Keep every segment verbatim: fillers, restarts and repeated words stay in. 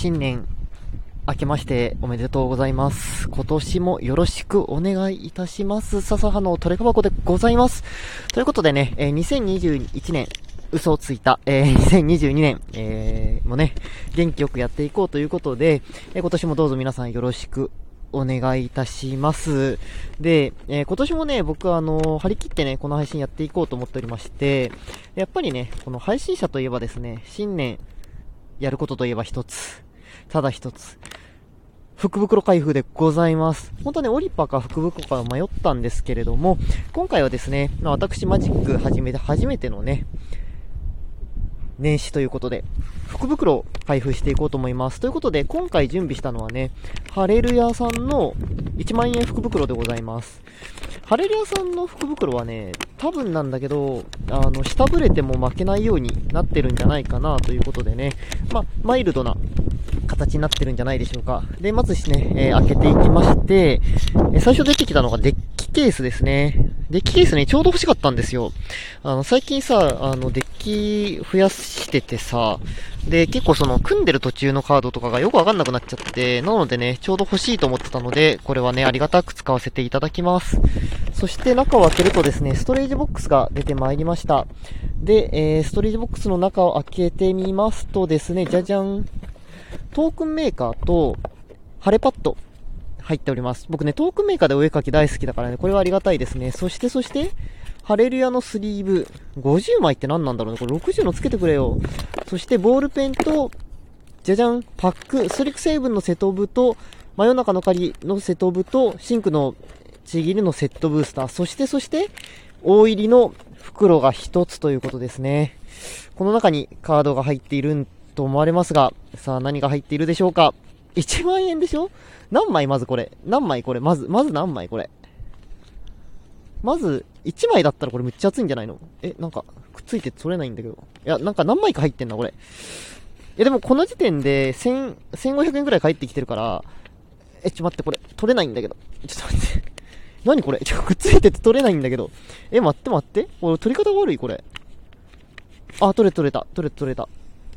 新年明けましておめでとうございます。今年もよろしくお願いいたします。笹葉のトレカ箱でございます。ということでね、えー、にせんにじゅういちねん、嘘をついた、えー、にせんにじゅうにねん、えー、もね、元気よくやっていこうということで、えー、今年もどうぞ皆さんよろしくお願いいたします。で、えー、今年もね、僕はあのー、張り切ってね、この配信やっていこうと思っておりまして、やっぱりね、この配信者といえばですね、新年やることといえば一つ。ただ一つ。福袋開封でございます。本当ね、オリパか福袋か迷ったんですけれども、今回はですね、まあ、私マジック始めて初めてのね、年始ということで、福袋を開封していこうと思います。ということで、今回準備したのはね、ハレルヤさんのいちまんえん福袋でございます。ハレルヤさんの福袋はね、多分なんだけど、あの、下振れても負けないようになってるんじゃないかなということでね、まあ、マイルドな形になってるんじゃないでしょうか。で、まずですね、えー、開けていきまして、えー、最初出てきたのがデッキケースですね。デッキケースね、ちょうど欲しかったんですよ。あの、最近さ、あの、デッキ増やしててさ、で、結構その、組んでる途中のカードとかがよくわかんなくなっちゃって、なのでね、ちょうど欲しいと思ってたので、これはね、ありがたく使わせていただきます。そして中を開けるとですね、ストレージボックスが出てまいりました。で、えー、ストレージボックスの中を開けてみますとですね、じゃじゃん。トークンメーカーと、ハレパッド、入っております。僕ね、トークンメーカーでお絵描き大好きだからね、これはありがたいですね。そして、そして、ハレルヤのスリーブ、ごじゅうまいって何なんだろうね。これろくじゅうのつけてくれよ。そして、ボールペンと、じゃじゃん、パック、ストリック成分のセトブと、真夜中の狩りのセトブと、シンクのちぎりのセットブースター、そして、そして、大入りの袋が一つということですね。この中にカードが入っていると思われますが、さあ何が入っているでしょうか。いちまんえんでしょ。何枚まずこれ。何枚これ。まず、まず何枚これ。まず、いちまいだったらこれめっちゃ熱いんじゃないの。え、なんか、くっついて取れないんだけど。いや、なんか何枚か入ってんな、これ。いや、でもこの時点で、千、千五百円くらい返ってきてるから、え、ちょ待って、これ、取れないんだけど。ちょっと待って。何これちょ、くっついてて取れないんだけど。え、待って待って。これ、取り方が悪いこれ。あ、取れ取れた。取れ取れた。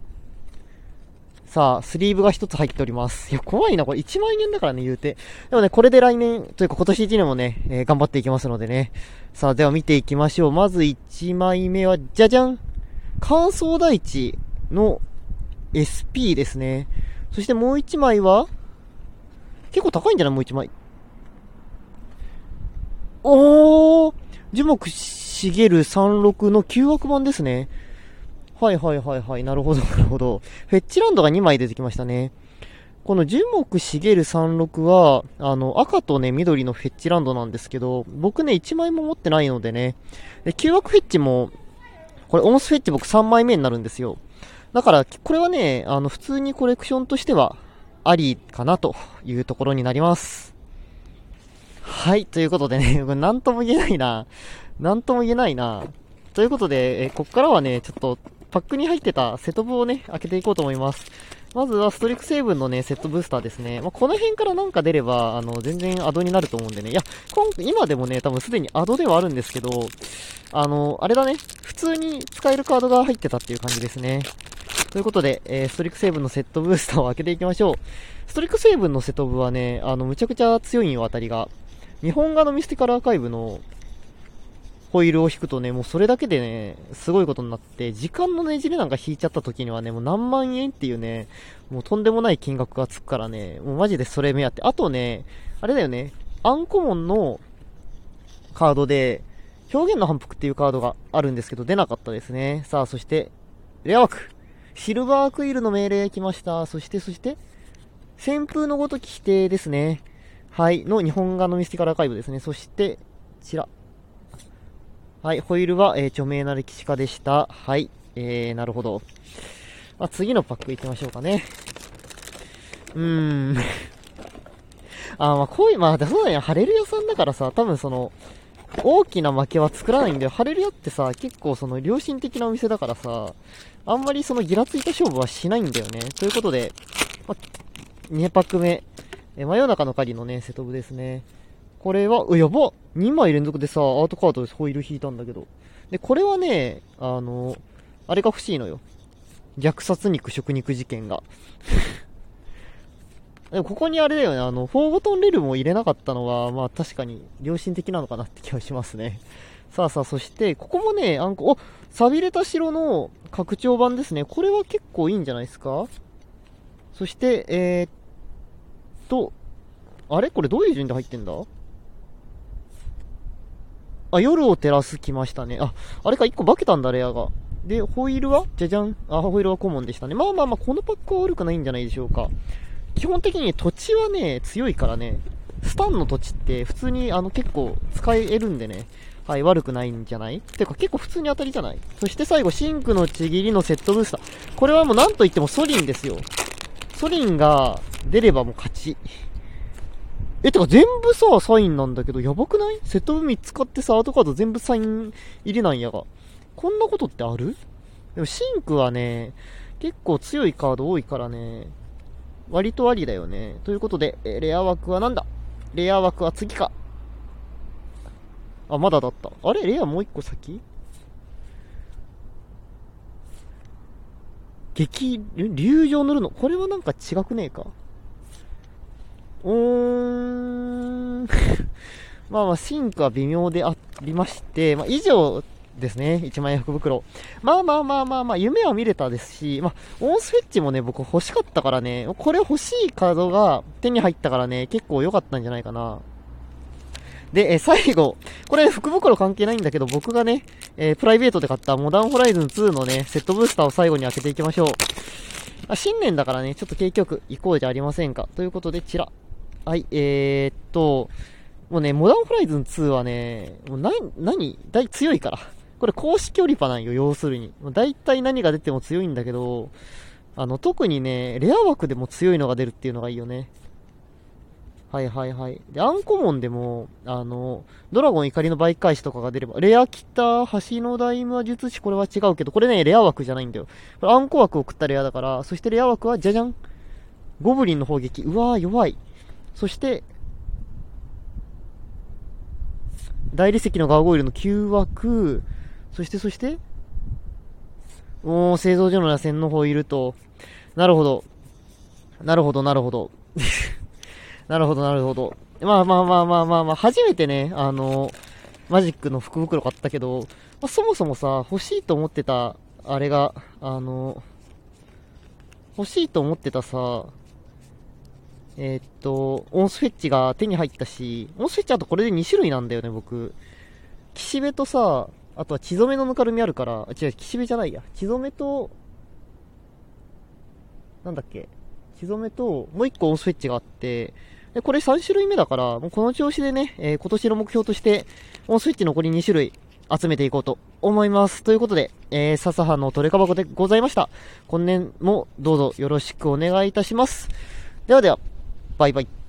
さあ、スリーブが一つ入っております。いや、怖いな、これいちまんえんだからね、言うて。でもね、これで来年、というか今年いちねんもね、えー、頑張っていきますのでね。さあ、では見ていきましょう。まずいちまいめは、じゃじゃん。乾燥大地の エスピー ですね。そしてもういちまいは、結構高いんじゃないもういちまい。おー樹木しげるさんじゅうろくのきゅうわくばんですね。はいはいはいはい。なるほどなるほど。フェッチランドがにまい出てきましたね。この樹木しげるさんじゅうろくは、あの、赤とね、緑のフェッチランドなんですけど、僕ね、いちまいも持ってないのでね。で、きゅうわくフェッチも、これ、オンスフェッチ僕さんまいめになるんですよ。だから、これはね、あの、普通にコレクションとしては、ありかなというところになります。はい、ということでね、なんとも言えないな。なんとも言えないな。ということで、えこっからはね、ちょっと、パックに入ってたセトブをね、開けていこうと思います。まずはストリック成分のね、セットブースターですね。まあ、この辺からなんか出れば、あの、全然アドになると思うんでね。いや、今、今でもね、多分すでにアドではあるんですけど、あの、あれだね、普通に使えるカードが入ってたっていう感じですね。ということで、えー、ストリック成分のセットブースターを開けていきましょう。ストリック成分のセトブはね、あの、むちゃくちゃ強いんよ、当たりが。日本画のミスティカルアーカイブの、ホイールを引くとね、もうそれだけでね、すごいことになって、時間のねじれなんか引いちゃった時にはね、もう何万円っていうね、もうとんでもない金額がつくからね、もうマジでそれ目当て。あとね、あれだよね、アンコモンのカードで、表現の反復っていうカードがあるんですけど、出なかったですね。さあ、そして、レア枠。シルバークイルの命令来ました。そして、そして、旋風のごとき否定ですね。はい、の日本画のミスティカルアーカイブですね。そして、こちら。はい、ホイールは、えー、著名な歴史家でした。はい、えー、なるほど。まあ、次のパック行きましょうかね。うーん。あ、まあ、こういう、まあ、そうだよ、ハレルヤさんだからさ、多分その、大きな負けは作らないんだよ。ハレルヤってさ、結構その、良心的なお店だからさ、あんまりその、ギラついた勝負はしないんだよね。ということで、まあ、にパック目、えー、真夜中の狩りのね、セトブですね。これは、うやばにまい連続でさ、アートカードでホイール引いたんだけど。で、これはね、あの、あれが欲しいのよ。虐殺肉食肉事件が。 でもここにあれだよね、あの、フォーゴトンレルも入れなかったのは、まあ確かに良心的なのかなって気がしますね。さあさあ、そして、ここもね、あんこ、お、錆びれた城の拡張版ですね。これは結構いいんじゃないですか。そして、えー、っと、あれこれどういう順で入ってんだ。あ、夜を照らす来ましたね。あ、あれか、いっこ化けたんだ、レアが。で、ホイールはじゃじゃん。あ、ホイールはコモンでしたね。まあまあまあ、このパックは悪くないんじゃないでしょうか。基本的に土地はね、強いからね。スタンの土地って普通にあの結構使えるんでね。はい、悪くないんじゃない？てか結構普通に当たりじゃない？そして最後、シンクのちぎりのセットブースター。これはもうなんといってもソリンですよ。ソリンが出ればもう勝ち。え、てか全部さ、サインなんだけど、やばくない？セットブみっつ買ってさ、アートカード全部サイン入りなんやが。こんなことってある？でもシンクはね、結構強いカード多いからね、割とありだよね。ということで、えレア枠はなんだ？レア枠は次か。あ、まだだった。あれレアもう一個先？激、流状塗るのこれはなんか違くねえか。うーん。まあまあ、シンクは微妙でありまして、まあ以上ですね。いちまん円福袋。まあまあまあまあまあ、夢は見れたですし、まあ、オンスフェッチもね、僕欲しかったからね、これ欲しいカードが手に入ったからね、結構良かったんじゃないかな。で、えー、最後、これ福袋関係ないんだけど、僕がね、えー、プライベートで買ったモダンホライズンツーのね、セットブースターを最後に開けていきましょう。あ、新年だからね、ちょっと景気よく行こうじゃありませんか。ということで、チラ。はい、えー、っと、もうね、モダンホライズンツーはね、もうな、何大強いから。これ公式オリパなんよ、要するに。だいたい何が出ても強いんだけど、あの、特にね、レア枠でも強いのが出るっていうのがいいよね。はいはいはい。で、アンコモンでも、あの、ドラゴン怒りの倍返しとかが出れば、レアキタ、橋の大魔術師、これは違うけど、これね、レア枠じゃないんだよ。これアンコ枠を食ったレアだから、そしてレア枠は、じゃじゃん。ゴブリンの砲撃。うわー、弱い。そして、大理石のガーゴイルのきゅう枠。そしてそして、おー、製造所の螺旋の方いると。なるほど。なるほど、なるほど。なるほど、なるほど。まあまあまあまあまあまあ、初めてね、あの、マジックの福袋買ったけど、まあ、そもそもさ、欲しいと思ってた、あれが、あの、欲しいと思ってたさ、えー、っと、オンスフェッチが手に入ったし、オンスフェッチあとこれでに種類なんだよね、僕。岸辺とさ、あとは血染めのぬかるみあるから、違う、岸辺じゃないや。血染めと、なんだっけ。血染めと、もう一個オンスフェッチがあって、で、これさん種類目だから、もうこの調子でね、えー、今年の目標として、オンスフェッチ残りに種類集めていこうと思います。ということで、えー、笹葉のトレカ箱でございました。今年もどうぞよろしくお願いいたします。ではでは、バイバイ。